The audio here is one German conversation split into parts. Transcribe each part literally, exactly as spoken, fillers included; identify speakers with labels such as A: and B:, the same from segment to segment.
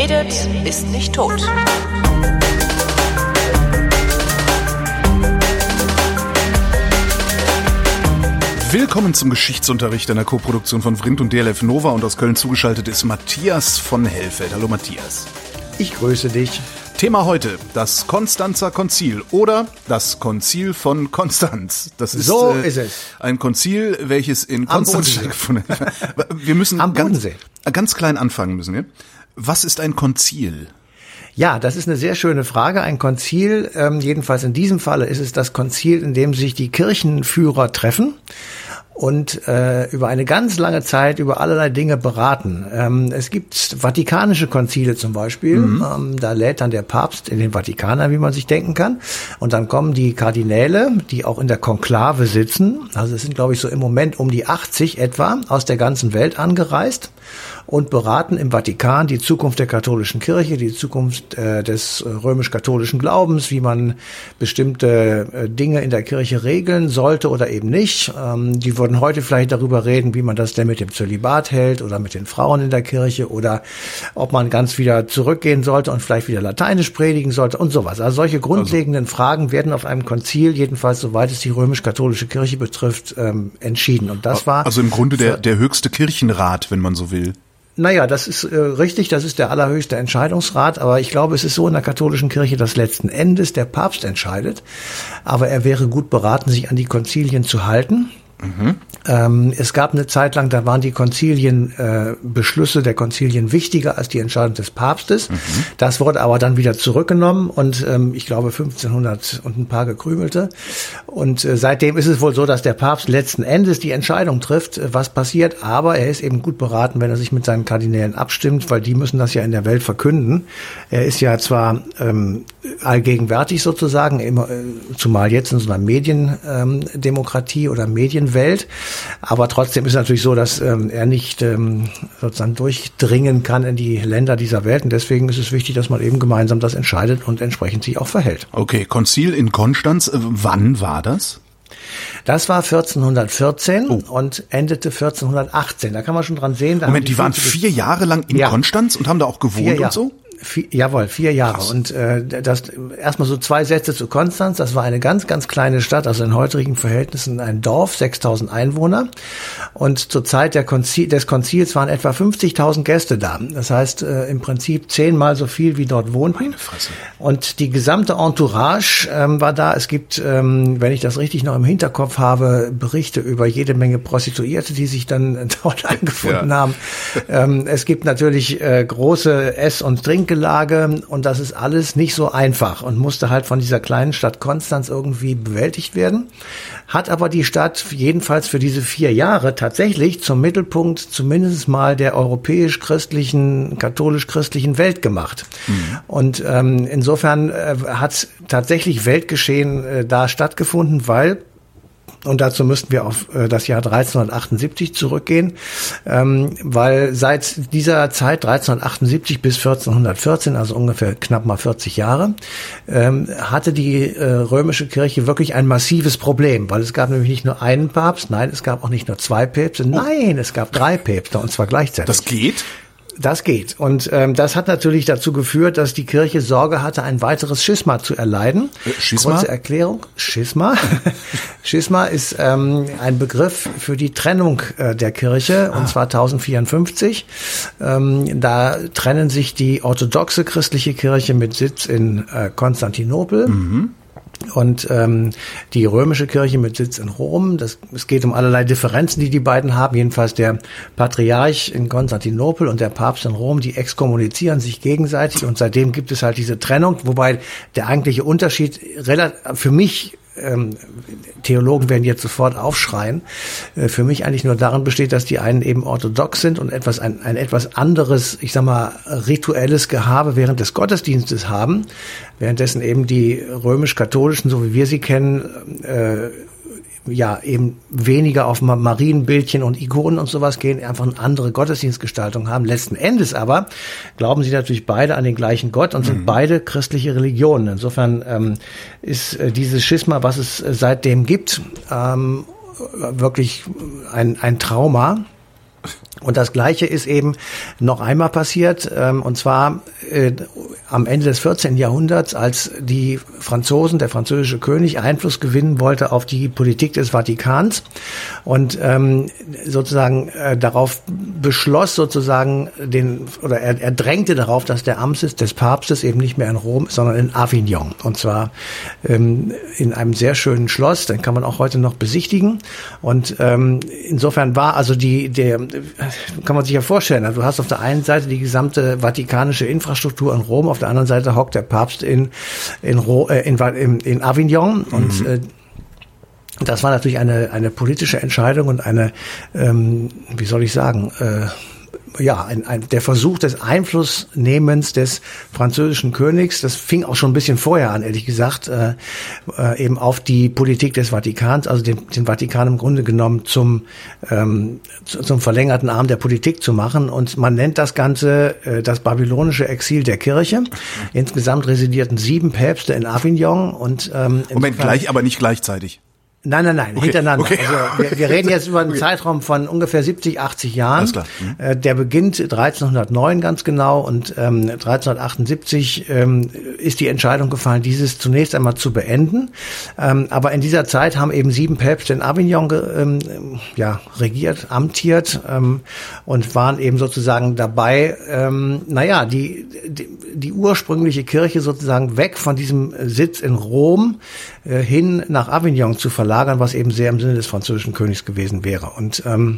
A: redet, ist nicht tot.
B: Willkommen zum Geschichtsunterricht einer Koproduktion von Vrindt und D L F Nova, und aus Köln zugeschaltet ist Matthias von Hellfeld. Hallo Matthias.
C: Ich grüße dich.
B: Thema heute, das Konstanzer Konzil oder das Konzil von Konstanz. Das ist,
C: so
B: äh,
C: ist es.
B: Ein Konzil, welches in Konstanz stattgefunden hat. Wir müssen
C: Am
B: ganz,
C: Bodensee.
B: ganz klein anfangen müssen wir. Was ist ein Konzil?
C: Ja, das ist eine sehr schöne Frage. Ein Konzil, ähm, jedenfalls in diesem Falle ist es das Konzil, in dem sich die Kirchenführer treffen und äh, über eine ganz lange Zeit über allerlei Dinge beraten. Ähm, es gibt vatikanische Konzile zum Beispiel. Mhm. Ähm, da lädt dann der Papst in den Vatikan ein, wie man sich denken kann. Und dann kommen die Kardinäle, die auch in der Konklave sitzen. Also es sind, glaube ich, so im Moment um die achtzig etwa aus der ganzen Welt angereist und beraten im Vatikan die Zukunft der katholischen Kirche, die Zukunft äh, des äh, römisch-katholischen Glaubens, wie man bestimmte äh, Dinge in der Kirche regeln sollte oder eben nicht. Ähm, die würden heute vielleicht darüber reden, wie man das denn mit dem Zölibat hält oder mit den Frauen in der Kirche oder ob man ganz wieder zurückgehen sollte und vielleicht wieder Lateinisch predigen sollte und sowas. Also solche grundlegenden also. Fragen werden auf einem Konzil, jedenfalls soweit es die römisch-katholische Kirche betrifft, ähm, entschieden. Und das war
B: also im Grunde der, der höchste Kirchenrat, wenn man so will.
C: Naja, das ist äh, richtig, das ist der allerhöchste Entscheidungsrat, aber ich glaube, es ist so in der katholischen Kirche, dass letzten Endes der Papst entscheidet, aber er wäre gut beraten, sich an die Konzilien zu halten. Mhm. Ähm, es gab eine Zeit lang, da waren die Konzilien, äh, Beschlüsse der Konzilien wichtiger als die Entscheidung des Papstes. Mhm. Das wurde aber dann wieder zurückgenommen und ähm, ich glaube fünfzehnhundert und ein paar gekrümelte. Und äh, seitdem ist es wohl so, dass der Papst letzten Endes die Entscheidung trifft, äh, was passiert. Aber er ist eben gut beraten, wenn er sich mit seinen Kardinälen abstimmt, weil die müssen das ja in der Welt verkünden. Er ist ja zwar ähm, allgegenwärtig sozusagen, immer, äh, zumal jetzt in so einer Mediendemokratie ähm, oder Medienwelt, aber trotzdem ist es natürlich so, dass ähm, er nicht ähm, sozusagen durchdringen kann in die Länder dieser Welt, und deswegen ist es wichtig, dass man eben gemeinsam das entscheidet und entsprechend sich auch verhält.
B: Okay, Konzil in Konstanz, wann war das?
C: Das war vierzehnhundertvierzehn oh. und endete vierzehnhundertachtzehn. Da kann man schon dran sehen. Da
B: Moment, die, die waren vier Jahre lang in ja. Konstanz und haben da auch gewohnt und so?
C: Vier, jawohl, vier Jahre. Krass. Und äh, das erstmal so zwei Sätze zu Konstanz. Das war eine ganz, ganz kleine Stadt, also in heutigen Verhältnissen ein Dorf, sechstausend Einwohner. Und zur Zeit der Konzil, des Konzils waren etwa fünfzigtausend Gäste da. Das heißt äh, im Prinzip zehnmal so viel, wie dort wohnten.
B: Meine Fresse.
C: Und die gesamte Entourage ähm, war da. Es gibt, ähm, wenn ich das richtig noch im Hinterkopf habe, Berichte über jede Menge Prostituierte, die sich dann dort eingefunden ja. haben. Ähm, es gibt natürlich äh, große Ess- und Trinkgelage, und das ist alles nicht so einfach und musste halt von dieser kleinen Stadt Konstanz irgendwie bewältigt werden. Hat aber die Stadt jedenfalls für diese vier Jahre tatsächlich zum Mittelpunkt zumindest mal der europäisch-christlichen, katholisch-christlichen Welt gemacht. Mhm. Und ähm, insofern äh, hat tatsächlich Weltgeschehen äh, da stattgefunden, weil, und dazu müssten wir auf äh, das Jahr dreizehnhundertachtundsiebzig zurückgehen, ähm, weil seit dieser Zeit, dreizehnhundertachtundsiebzig bis vierzehnhundertvierzehn, also ungefähr knapp mal vierzig Jahre, ähm, hatte die äh, römische Kirche wirklich ein massives Problem, weil es gab nämlich nicht nur einen Papst, nein, es gab auch nicht nur zwei Päpste, nein, es gab drei Päpste, und zwar gleichzeitig.
B: Das geht?
C: Das geht. Und ähm, das hat natürlich dazu geführt, dass die Kirche Sorge hatte, ein weiteres Schisma zu erleiden.
B: Schisma?
C: Kurze Erklärung. Schisma. Schisma ist ähm, ein Begriff für die Trennung äh, der Kirche, ah. und zwar tausendvierundfünfzig. Ähm, da trennen sich die orthodoxe christliche Kirche mit Sitz in äh, Konstantinopel. Mhm. Und ähm, die römische Kirche mit Sitz in Rom. Das, es geht um allerlei Differenzen, die die beiden haben. Jedenfalls der Patriarch in Konstantinopel und der Papst in Rom, die exkommunizieren sich gegenseitig. Und seitdem gibt es halt diese Trennung, wobei der eigentliche Unterschied für mich, ähm, Theologen werden jetzt sofort aufschreien, äh, für mich eigentlich nur darin besteht, dass die einen eben orthodox sind und etwas ein, ein etwas anderes, ich sag mal, rituelles Gehabe während des Gottesdienstes haben, währenddessen eben die römisch-katholischen, so wie wir sie kennen, äh, ja, eben weniger auf Marienbildchen und Ikonen und sowas gehen, einfach eine andere Gottesdienstgestaltung haben. Letzten Endes aber glauben sie natürlich beide an den gleichen Gott und sind mhm. beide christliche Religionen. Insofern ähm, ist äh, dieses Schisma, was es äh, seitdem gibt, ähm, wirklich ein, ein Trauma. Und das Gleiche ist eben noch einmal passiert, ähm, und zwar äh, am Ende des vierzehnten Jahrhunderts, als die Franzosen, der französische König, Einfluss gewinnen wollte auf die Politik des Vatikans und ähm, sozusagen äh, darauf beschloss, sozusagen den, oder er, er drängte darauf, dass der Amtssitz des Papstes eben nicht mehr in Rom, sondern in Avignon. Und zwar ähm, in einem sehr schönen Schloss, den kann man auch heute noch besichtigen. Und ähm, insofern war also die, der, kann man sich ja vorstellen, also du hast auf der einen Seite die gesamte vatikanische Infrastruktur in Rom, auf der anderen Seite hockt der Papst in in, Ro, äh, in, in, in Avignon und mhm. äh, das war natürlich eine eine politische Entscheidung und eine, ähm, wie soll ich sagen, äh, ja, ein, ein, der Versuch des Einflussnehmens des französischen Königs, das fing auch schon ein bisschen vorher an, ehrlich gesagt, äh, äh, eben auf die Politik des Vatikans, also den, den Vatikan im Grunde genommen zum ähm, zum verlängerten Arm der Politik zu machen. Und man nennt das Ganze äh, das babylonische Exil der Kirche. Insgesamt residierten sieben Päpste in Avignon und ähm,
B: Moment, gleich, aber nicht gleichzeitig.
C: Nein, nein, nein,
B: okay.
C: hintereinander.
B: Okay.
C: Also wir, wir reden jetzt über einen okay. Zeitraum von ungefähr siebzig, achtzig Jahren.
B: Alles klar. Mhm.
C: Äh, der beginnt dreizehnhundertneun ganz genau und ähm, dreizehnhundertachtundsiebzig ähm, ist die Entscheidung gefallen, dieses zunächst einmal zu beenden. Ähm, aber in dieser Zeit haben eben sieben Päpste in Avignon ähm, ja, regiert, amtiert ähm, und waren eben sozusagen dabei, ähm, naja, die, die, die ursprüngliche Kirche sozusagen weg von diesem Sitz in Rom äh, hin nach Avignon zu verlagern, was eben sehr im Sinne des französischen Königs gewesen wäre. Und ähm,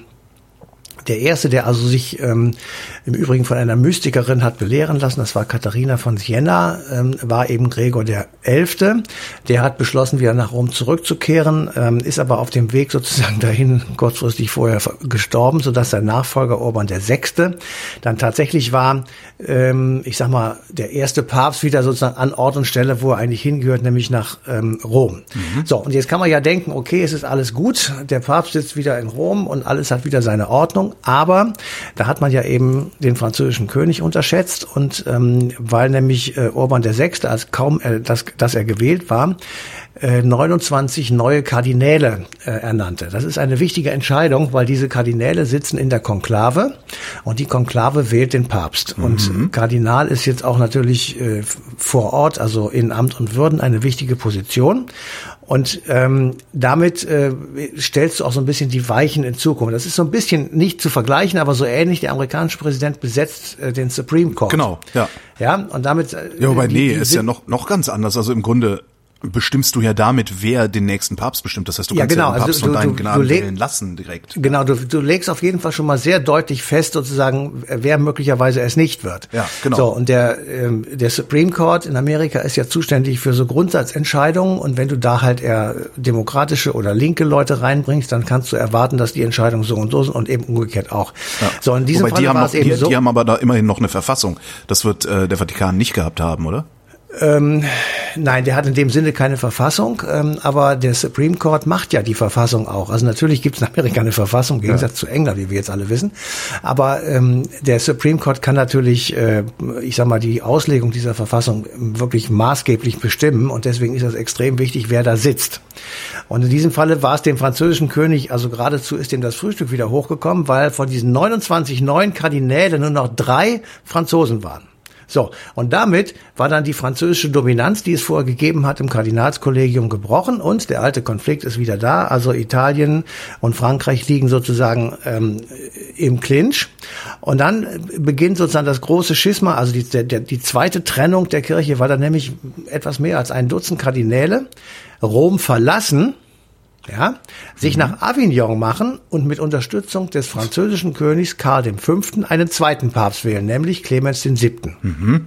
C: der erste, der also sich ähm, im Übrigen von einer Mystikerin hat belehren lassen, das war Katharina von Siena, ähm, war eben Gregor der Elfte. Der hat beschlossen, wieder nach Rom zurückzukehren, ähm, ist aber auf dem Weg sozusagen dahin kurzfristig vorher gestorben, sodass sein Nachfolger Urban der Sechste dann tatsächlich war, ähm, ich sag mal, der erste Papst wieder sozusagen an Ort und Stelle, wo er eigentlich hingehört, nämlich nach ähm, Rom. Mhm. So, und jetzt kann man ja denken, okay, es ist alles gut, der Papst sitzt wieder in Rom und alles hat wieder seine Ordnung. Aber da hat man ja eben den französischen König unterschätzt und ähm, weil nämlich äh, Urban der Sechste, als kaum äh, dass, dass er gewählt war, äh, neunundzwanzig neue Kardinäle äh, ernannte. Das ist eine wichtige Entscheidung, weil diese Kardinäle sitzen in der Konklave und die Konklave wählt den Papst. Mhm. Und Kardinal ist jetzt auch natürlich äh, vor Ort, also in Amt und Würden, eine wichtige Position. Und ähm, damit äh, stellst du auch so ein bisschen die Weichen in Zukunft. Das ist so ein bisschen nicht zu vergleichen, aber so ähnlich. Der amerikanische Präsident besetzt äh, den Supreme Court.
B: Genau, ja.
C: Ja, und damit... Äh,
B: ja, wobei,
C: die,
B: nee,
C: die
B: ist ja noch noch ganz anders. Also im Grunde bestimmst du ja damit, wer den nächsten Papst bestimmt. Das heißt, du
C: ja,
B: kannst
C: genau.
B: ja den Papst
C: also, du,
B: von deinen
C: du,
B: Gnaden
C: du
B: wählen lassen direkt.
C: Genau, du, du legst auf jeden Fall schon mal sehr deutlich fest, sozusagen, wer möglicherweise es nicht wird.
B: Ja, genau.
C: So, und der ähm, der Supreme Court in Amerika ist ja zuständig für so Grundsatzentscheidungen und wenn du da halt eher demokratische oder linke Leute reinbringst, dann kannst du erwarten, dass die Entscheidungen so und so sind und eben umgekehrt auch.
B: Ja.
C: So, in diesem
B: Wobei,
C: Fall
B: die haben
C: war es
B: noch,
C: eben
B: die,
C: so.
B: Die haben aber da immerhin noch eine Verfassung. Das wird äh, der Vatikan nicht gehabt haben, oder?
C: Ähm, nein, der hat in dem Sinne keine Verfassung, ähm, aber der Supreme Court macht ja die Verfassung auch. Also natürlich gibt es in Amerika eine Verfassung, im Gegensatz ja. zu England, wie wir jetzt alle wissen. Aber ähm, der Supreme Court kann natürlich, äh, ich sag mal, die Auslegung dieser Verfassung wirklich maßgeblich bestimmen und deswegen ist das extrem wichtig, wer da sitzt. Und in diesem Falle war es dem französischen König, also geradezu ist ihm das Frühstück wieder hochgekommen, weil von diesen neunundzwanzig neuen Kardinälen nur noch drei Franzosen waren. So, und damit war dann die französische Dominanz, die es vorher gegeben hat, im Kardinalskollegium gebrochen und der alte Konflikt ist wieder da. Also Italien und Frankreich liegen sozusagen ähm, im Clinch. Und dann beginnt sozusagen das große Schisma, also die, der, die zweite Trennung der Kirche war dann nämlich etwas mehr als ein Dutzend Kardinäle Rom verlassen, ja, sich mhm. nach Avignon machen und mit Unterstützung des französischen Königs Karl der Fünfte einen zweiten Papst wählen, nämlich Clemens der Siebte. Mhm.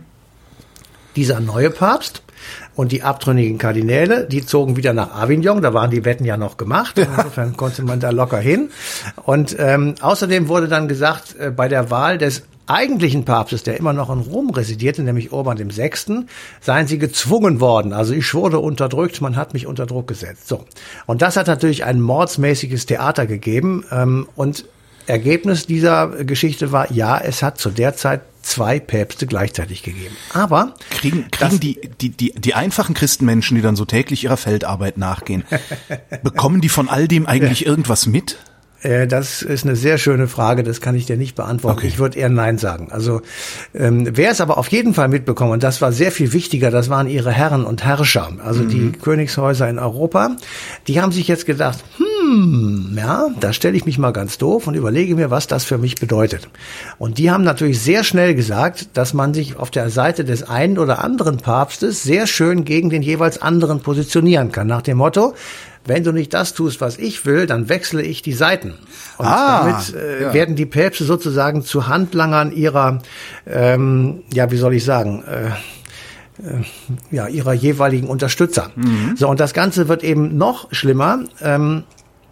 C: Dieser neue Papst und die abtrünnigen Kardinäle, die zogen wieder nach Avignon, da waren die Wetten ja noch gemacht, insofern konnte man da locker hin. Und ähm, außerdem wurde dann gesagt, äh, bei der Wahl des eigentlichen Papstes, der immer noch in Rom residierte, nämlich Urban der Sechste, seien sie gezwungen worden. Also ich wurde unterdrückt, man hat mich unter Druck gesetzt. So. Und das hat natürlich ein mordsmäßiges Theater gegeben. Ähm, und Ergebnis dieser Geschichte war, ja, es hat zu der Zeit zwei Päpste gleichzeitig gegeben. Aber
B: kriegen, kriegen die, die, die, die einfachen Christenmenschen, die dann so täglich ihrer Feldarbeit nachgehen, bekommen die von all dem eigentlich irgendwas mit?
C: Äh, das ist eine sehr schöne Frage, das kann ich dir nicht beantworten. Okay. Ich würde eher Nein sagen. Also ähm, wer es aber auf jeden Fall mitbekommen, und das war sehr viel wichtiger, das waren ihre Herren und Herrscher, also mhm. die Königshäuser in Europa, die haben sich jetzt gedacht, hm, ja, da stelle ich mich mal ganz doof und überlege mir, was das für mich bedeutet. Und die haben natürlich sehr schnell gesagt, dass man sich auf der Seite des einen oder anderen Papstes sehr schön gegen den jeweils anderen positionieren kann, nach dem Motto, wenn du nicht das tust, was ich will, dann wechsle ich die Seiten. Und ah, damit äh, ja. werden die Päpste sozusagen zu Handlangern ihrer, ähm, ja, wie soll ich sagen, äh, äh, ja, ihrer jeweiligen Unterstützer. Mhm. So, und das Ganze wird eben noch schlimmer, ähm,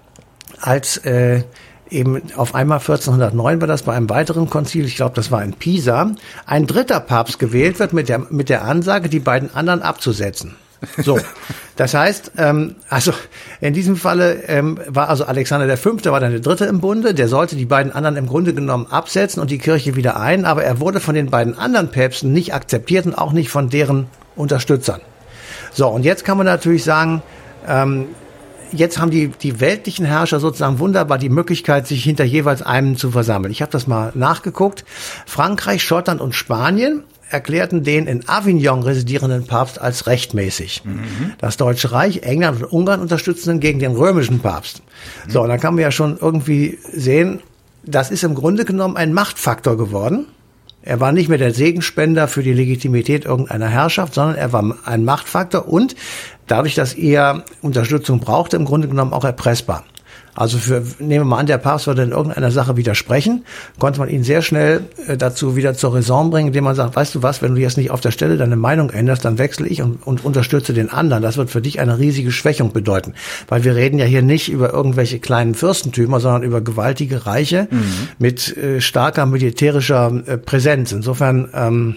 C: als äh, eben auf einmal vierzehnhundertneun war das bei einem weiteren Konzil, ich glaube, das war in Pisa, ein dritter Papst gewählt wird mit der mit der Ansage, die beiden anderen abzusetzen. So, das heißt, ähm, also in diesem Falle ähm, war also Alexander der Fünfte war dann der Dritte im Bunde, der sollte die beiden anderen im Grunde genommen absetzen und die Kirche wieder ein, aber er wurde von den beiden anderen Päpsten nicht akzeptiert und auch nicht von deren Unterstützern. So, und jetzt kann man natürlich sagen, ähm, jetzt haben die die weltlichen Herrscher sozusagen wunderbar die Möglichkeit, sich hinter jeweils einem zu versammeln. Ich habe das mal nachgeguckt. Frankreich, Schottland und Spanien erklärten den in Avignon residierenden Papst als rechtmäßig. Mhm. Das Deutsche Reich, England und Ungarn unterstützten ihn gegen den römischen Papst. Mhm. So, und dann kann man ja schon irgendwie sehen, das ist im Grunde genommen ein Machtfaktor geworden. Er war nicht mehr der Segenspender für die Legitimität irgendeiner Herrschaft, sondern er war ein Machtfaktor und dadurch, dass er Unterstützung brauchte, im Grunde genommen auch erpressbar. Also für, nehmen wir mal an, der Papst würde in irgendeiner Sache widersprechen, konnte man ihn sehr schnell äh, dazu wieder zur Raison bringen, indem man sagt, weißt du was, wenn du jetzt nicht auf der Stelle deine Meinung änderst, dann wechsle ich und, und unterstütze den anderen. Das wird für dich eine riesige Schwächung bedeuten. Weil wir reden ja hier nicht über irgendwelche kleinen Fürstentümer, sondern über gewaltige Reiche mhm. mit äh, starker militärischer äh, Präsenz. Insofern ähm,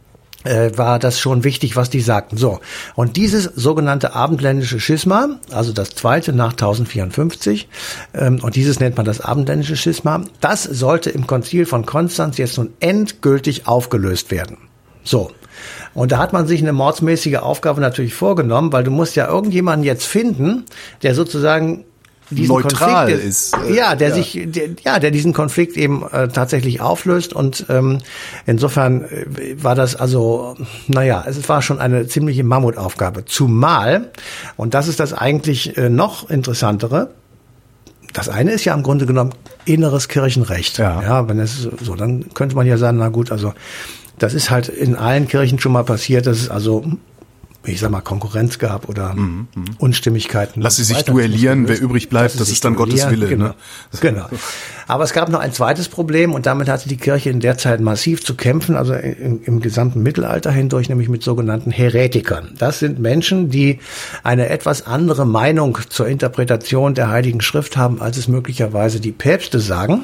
C: Äh, war das schon wichtig, was die sagten. So, und dieses sogenannte abendländische Schisma, also das zweite nach tausendvierundfünfzig, ähm, und dieses nennt man das abendländische Schisma, das sollte im Konzil von Konstanz jetzt nun endgültig aufgelöst werden. So, und da hat man sich eine mordsmäßige Aufgabe natürlich vorgenommen, weil du musst ja irgendjemanden jetzt finden, der sozusagen diesen
B: neutral
C: Konflikt,
B: ist.
C: Äh, ja, der ja. sich, der, ja, der diesen Konflikt eben äh, tatsächlich auflöst und ähm, insofern äh, war das also, naja, es war schon eine ziemliche Mammutaufgabe. Zumal, und das ist das eigentlich äh, noch interessantere, das eine ist ja im Grunde genommen inneres Kirchenrecht. Ja, ja wenn es so, dann könnte man ja sagen, na gut, also das ist halt in allen Kirchen schon mal passiert, dass es also ich sag mal, Konkurrenz gab oder mhm, Unstimmigkeiten.
B: Lass sie sich duellieren, wer übrig bleibt, das ist dann Gottes Wille.
C: Genau,
B: ne?
C: genau. Aber es gab noch ein zweites Problem und damit hatte die Kirche in der Zeit massiv zu kämpfen, also im, im gesamten Mittelalter hindurch, nämlich mit sogenannten Häretikern. Das sind Menschen, die eine etwas andere Meinung zur Interpretation der Heiligen Schrift haben, als es möglicherweise die Päpste sagen.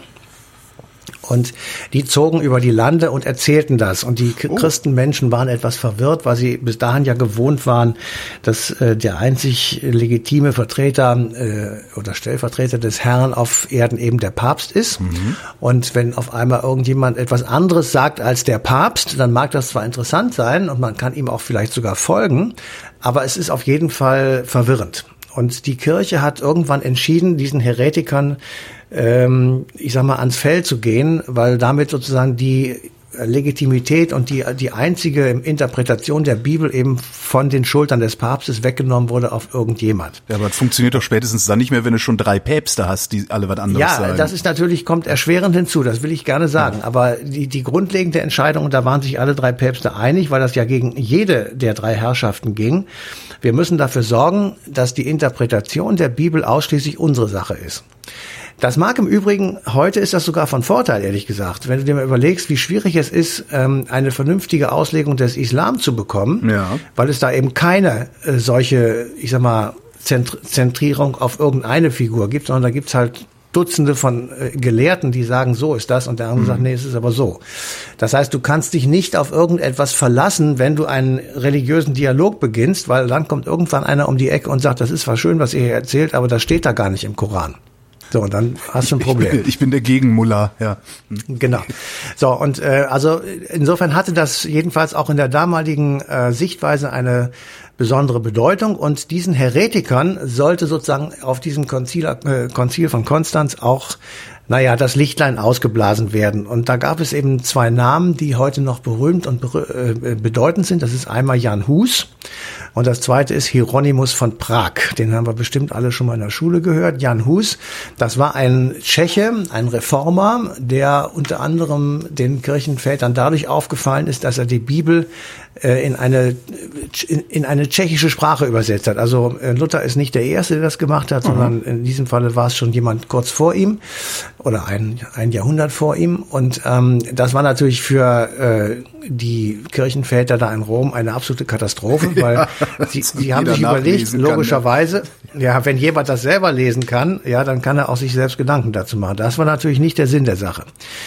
C: Und die zogen über die Lande und erzählten das. Und die oh. Christenmenschen waren etwas verwirrt, weil sie bis dahin ja gewohnt waren, dass äh, der einzig legitime Vertreter äh, oder Stellvertreter des Herrn auf Erden eben der Papst ist. Mhm. Und wenn auf einmal irgendjemand etwas anderes sagt als der Papst, dann mag das zwar interessant sein und man kann ihm auch vielleicht sogar folgen, aber es ist auf jeden Fall verwirrend. Und die Kirche hat irgendwann entschieden, diesen Häretikern, ähm, ich sag mal, ans Feld zu gehen, weil damit sozusagen die Legitimität und die die einzige Interpretation der Bibel eben von den Schultern des Papstes weggenommen wurde auf irgendjemand.
B: Ja, aber das funktioniert doch spätestens dann nicht mehr, wenn du schon drei Päpste hast, die alle was anderes
C: ja,
B: sagen.
C: Ja, das ist natürlich, kommt erschwerend hinzu, das will ich gerne sagen. Ja. Aber die die grundlegende Entscheidung, und da waren sich alle drei Päpste einig, weil das ja gegen jede der drei Herrschaften ging, wir müssen dafür sorgen, dass die Interpretation der Bibel ausschließlich unsere Sache ist. Das mag im Übrigen, heute ist das sogar von Vorteil, ehrlich gesagt, wenn du dir mal überlegst, wie schwierig es ist, eine vernünftige Auslegung des Islam zu bekommen, ja. weil es da eben keine äh, solche, ich sag mal, Zentrierung auf irgendeine Figur gibt, sondern da gibt's halt Dutzende von äh, Gelehrten, die sagen, so ist das, und der andere mhm. sagt, nee, es ist aber so. Das heißt, du kannst dich nicht auf irgendetwas verlassen, wenn du einen religiösen Dialog beginnst, weil dann kommt irgendwann einer um die Ecke und sagt, das ist zwar schön, was ihr hier erzählt, aber das steht da gar nicht im Koran. So, und dann hast du ein Problem.
B: Ich bin, ich bin der Gegenmuller, ja.
C: Genau. So, und äh, also insofern hatte das jedenfalls auch in der damaligen äh, Sichtweise eine besondere Bedeutung, und diesen Häretikern sollte sozusagen auf diesem Konzil, äh, Konzil von Konstanz auch, naja, das Lichtlein ausgeblasen werden. Und da gab es eben zwei Namen, die heute noch berühmt und äh, bedeutend sind. Das ist einmal Jan Hus und das zweite ist Hieronymus von Prag. Den haben wir bestimmt alle schon mal in der Schule gehört. Jan Hus, das war ein Tscheche, ein Reformer, der unter anderem den Kirchenvätern dadurch aufgefallen ist, dass er die Bibel äh, in eine in, in eine tschechische Sprache übersetzt hat. Also äh, Luther ist nicht der Erste, der das gemacht hat, mhm. sondern in diesem Falle war es schon jemand kurz vor ihm oder ein, ein Jahrhundert vor ihm. Und ähm, das war natürlich für äh, die Kirchenväter da in Rom eine absolute Katastrophe, weil ja, sie, sie haben sich überlegt, logischerweise, kann, ja. ja, wenn jemand das selber lesen kann, ja, dann kann er auch sich selbst Gedanken dazu machen. Das war natürlich nicht der Sinn der Sache.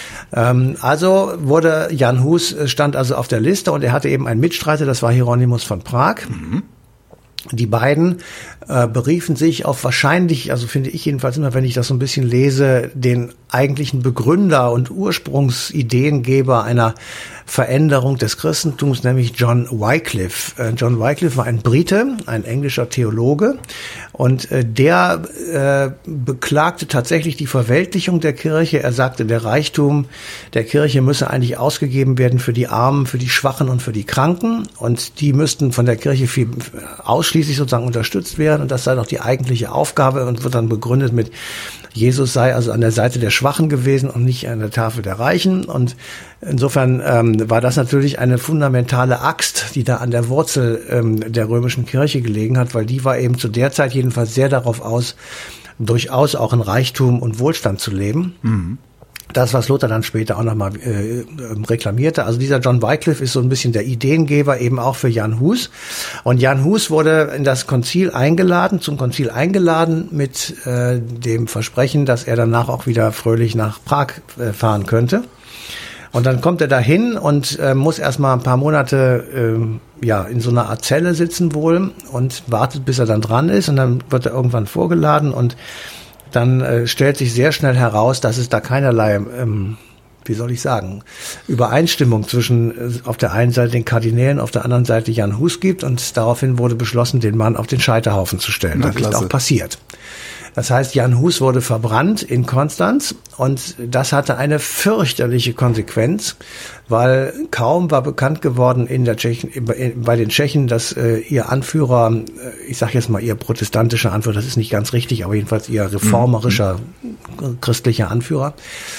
C: Ähm, also wurde Jan Hus, stand also auf der Liste, und er hatte eben einen Mitstreiter, das war Hieronymus von Prag. Mhm. Die beiden äh, beriefen sich auf wahrscheinlich, also finde ich jedenfalls immer, wenn ich das so ein bisschen lese, den eigentlichen Begründer und Ursprungsideengeber einer Veränderung des Christentums, nämlich John Wycliffe. Äh, John Wycliffe war ein Brite, ein englischer Theologe, und äh, der äh, beklagte tatsächlich die Verweltlichung der Kirche. Er sagte, der Reichtum der Kirche müsse eigentlich ausgegeben werden für die Armen, für die Schwachen und für die Kranken, und die müssten von der Kirche viel ausschließlich sozusagen unterstützt werden, und das sei doch die eigentliche Aufgabe, und wird dann begründet mit, Jesus sei also an der Seite der Schwachen gewesen und nicht an der Tafel der Reichen. Und insofern ähm, war das natürlich eine fundamentale Axt, die da an der Wurzel ähm, der römischen Kirche gelegen hat, weil die war eben zu der Zeit jedenfalls sehr darauf aus, durchaus auch in Reichtum und Wohlstand zu leben. Mhm. Das, was Luther dann später auch nochmal äh, reklamierte. Also dieser John Wycliffe ist so ein bisschen der Ideengeber eben auch für Jan Hus. Und Jan Hus wurde in das Konzil eingeladen, zum Konzil eingeladen mit äh, dem Versprechen, dass er danach auch wieder fröhlich nach Prag äh, fahren könnte. Und dann kommt er dahin und äh, muss erstmal ein paar Monate äh, ja in so einer Art Zelle sitzen wohl und wartet, bis er dann dran ist. Und dann wird er irgendwann vorgeladen, und dann äh, stellt sich sehr schnell heraus, dass es da keinerlei, ähm, wie soll ich sagen, Übereinstimmung zwischen äh, auf der einen Seite den Kardinälen, auf der anderen Seite Jan Hus gibt, und daraufhin wurde beschlossen, den Mann auf den Scheiterhaufen zu stellen.
B: Na,
C: das
B: klasse.
C: ist auch passiert. Das heißt, Jan Hus wurde verbrannt in Konstanz, und das hatte eine fürchterliche Konsequenz, weil kaum war bekannt geworden in der Tschechen, bei den Tschechen, dass äh, ihr Anführer, ich sage jetzt mal ihr protestantischer Anführer, das ist nicht ganz richtig, aber jedenfalls ihr reformerischer mhm. christlicher Anführer,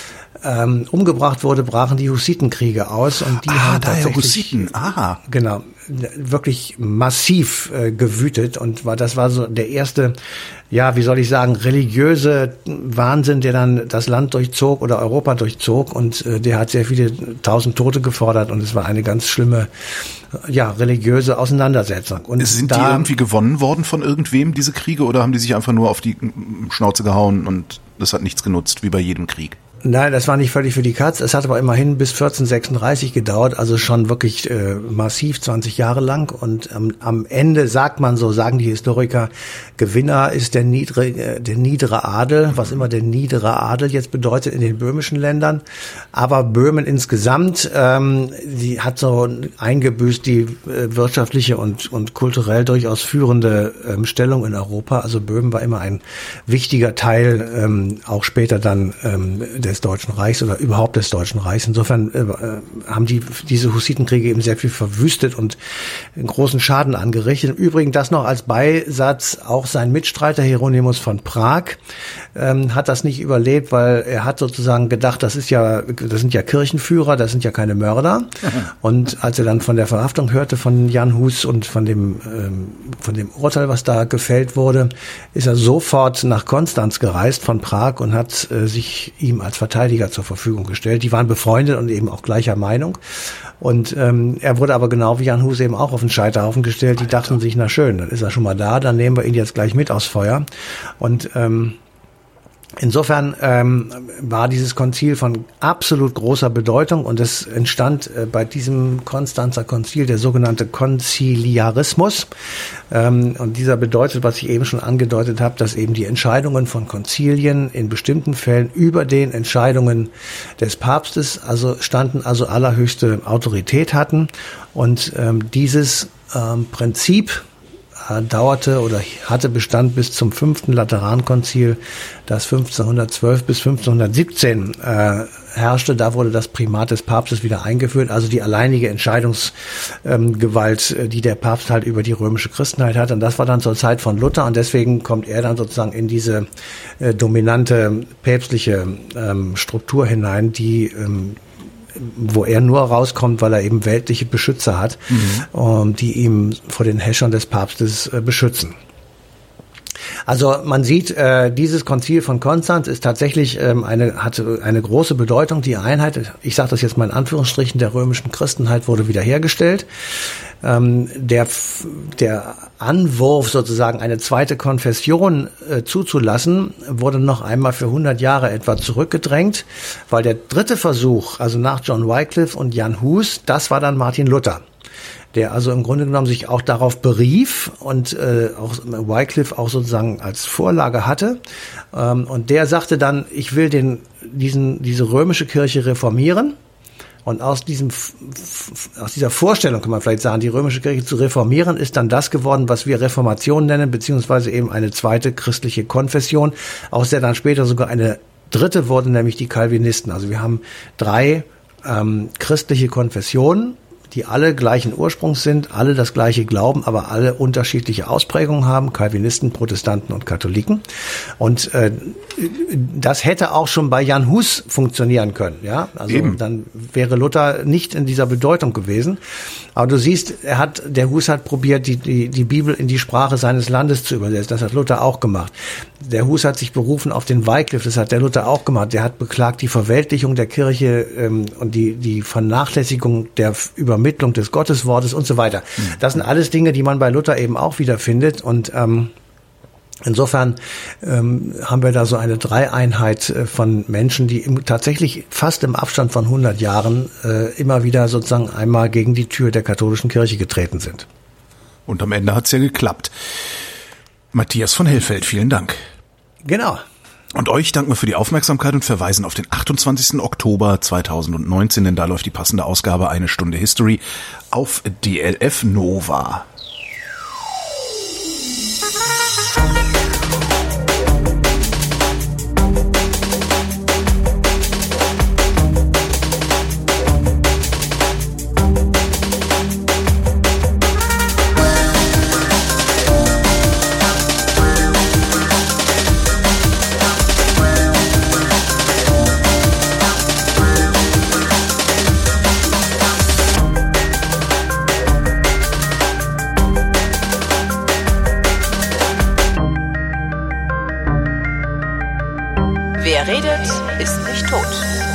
C: ähm, umgebracht wurde, brachen die Hussitenkriege aus, und die
B: ah,
C: haben
B: daher
C: tatsächlich
B: Hussiten. Aha.
C: Genau, wirklich massiv äh, gewütet, und war das war so der erste, ja, wie soll ich sagen, religiöse Wahnsinn, der dann das Land durchzog oder Europa durchzog, und äh, der hat sehr viele tausend Tote gefordert, und es war eine ganz schlimme, ja, religiöse Auseinandersetzung. Und
B: sind
C: da,
B: die irgendwie gewonnen worden von irgendwem, diese Kriege, oder haben die sich einfach nur auf die Schnauze gehauen und das hat nichts genutzt, wie bei jedem Krieg?
C: Nein, das war nicht völlig für die Katz. Es hat aber immerhin bis vierzehnhundertsechsunddreißig gedauert, also schon wirklich äh, massiv zwanzig Jahre lang. Und ähm, am Ende sagt man so, sagen die Historiker, Gewinner ist der niedere, äh, der niedere Adel, was immer der niedere Adel jetzt bedeutet in den böhmischen Ländern. Aber Böhmen insgesamt, ähm, die hat so eingebüßt die äh, wirtschaftliche und und kulturell durchaus führende ähm, Stellung in Europa. Also Böhmen war immer ein wichtiger Teil, ähm, auch später dann ähm, des Deutschen Reichs oder überhaupt des Deutschen Reichs. Insofern äh, haben die diese Hussitenkriege eben sehr viel verwüstet und einen großen Schaden angerichtet. Im Übrigen das noch als Beisatz, auch sein Mitstreiter Hieronymus von Prag ähm, hat das nicht überlebt, weil er hat sozusagen gedacht, das ist ja, das sind ja Kirchenführer, das sind ja keine Mörder. Und als er dann von der Verhaftung hörte von Jan Hus und von dem ähm, von dem Urteil, was da gefällt wurde, ist er sofort nach Konstanz gereist von Prag und hat äh, sich ihm als Verteidiger zur Verfügung gestellt. Die waren befreundet und eben auch gleicher Meinung. Und ähm, er wurde aber genau wie Jan Hus eben auch auf den Scheiterhaufen gestellt. Die dachten sich, na schön, dann ist er schon mal da, dann nehmen wir ihn jetzt gleich mit aufs Feuer. Und ähm, Insofern ähm, war dieses Konzil von absolut großer Bedeutung und es entstand äh, bei diesem Konstanzer Konzil der sogenannte Konziliarismus. Ähm, und dieser bedeutet, was ich eben schon angedeutet habe, dass eben die Entscheidungen von Konzilien in bestimmten Fällen über den Entscheidungen des Papstes also standen, also allerhöchste Autorität hatten. Und ähm, dieses ähm, Prinzip dauerte oder hatte Bestand bis zum fünften Laterankonzil, das fünfzehnhundertzwölf bis fünfzehnhundertsiebzehn äh, herrschte. Da wurde das Primat des Papstes wieder eingeführt, also die alleinige Entscheidungsgewalt, ähm, die der Papst halt über die römische Christenheit hat. Und das war dann zur Zeit von Luther und deswegen kommt er dann sozusagen in diese äh, dominante päpstliche ähm, Struktur hinein, die ähm, wo er nur rauskommt, weil er eben weltliche Beschützer hat, mhm. die ihm vor den Häschern des Papstes äh, beschützen. Also man sieht, äh, dieses Konzil von Konstanz ist tatsächlich ähm, eine hatte eine große Bedeutung. Die Einheit, ich sage das jetzt mal in Anführungsstrichen, der römischen Christenheit wurde wiederhergestellt. Ähm, der der Anwurf sozusagen, eine zweite Konfession äh, zuzulassen, wurde noch einmal für hundert Jahre etwa zurückgedrängt, weil der dritte Versuch, also nach John Wycliffe und Jan Hus, das war dann Martin Luther, der also im Grunde genommen sich auch darauf berief und äh, auch Wycliffe auch sozusagen als Vorlage hatte. Ähm, und der sagte dann, ich will den diesen diese römische Kirche reformieren. Und aus diesem, aus dieser Vorstellung kann man vielleicht sagen, die römische Kirche zu reformieren, ist dann das geworden, was wir Reformation nennen, beziehungsweise eben eine zweite christliche Konfession, aus der dann später sogar eine dritte wurde, nämlich die Calvinisten. Also wir haben drei ähm, christliche Konfessionen, die alle gleichen Ursprungs sind, alle das gleiche glauben, aber alle unterschiedliche Ausprägungen haben, Calvinisten, Protestanten und Katholiken. Und äh, das hätte auch schon bei Jan Hus funktionieren können, ja. Also eben. Dann wäre Luther nicht in dieser Bedeutung gewesen. Aber du siehst, er hat, der Hus hat probiert, die, die, die Bibel in die Sprache seines Landes zu übersetzen. Das hat Luther auch gemacht. Der Hus hat sich berufen auf den Wycliffe, das hat der Luther auch gemacht. Der hat beklagt die Verweltlichung der Kirche ähm, und die, die Vernachlässigung der Übermittlung des Gotteswortes und so weiter. Mhm. Das sind alles Dinge, die man bei Luther eben auch wiederfindet. Und ähm, insofern ähm, haben wir da so eine Dreieinheit äh, von Menschen, die im, tatsächlich fast im Abstand von hundert Jahren äh, immer wieder sozusagen einmal gegen die Tür der katholischen Kirche getreten sind.
B: Und am Ende hat's ja geklappt. Matthias von Hellfeld, vielen Dank.
C: Genau.
B: Und euch danken wir für die Aufmerksamkeit und verweisen auf den achtundzwanzigsten Oktober zweitausendneunzehn, denn da läuft die passende Ausgabe Eine Stunde History auf D L F Nova.
A: Wer redet, ist nicht tot.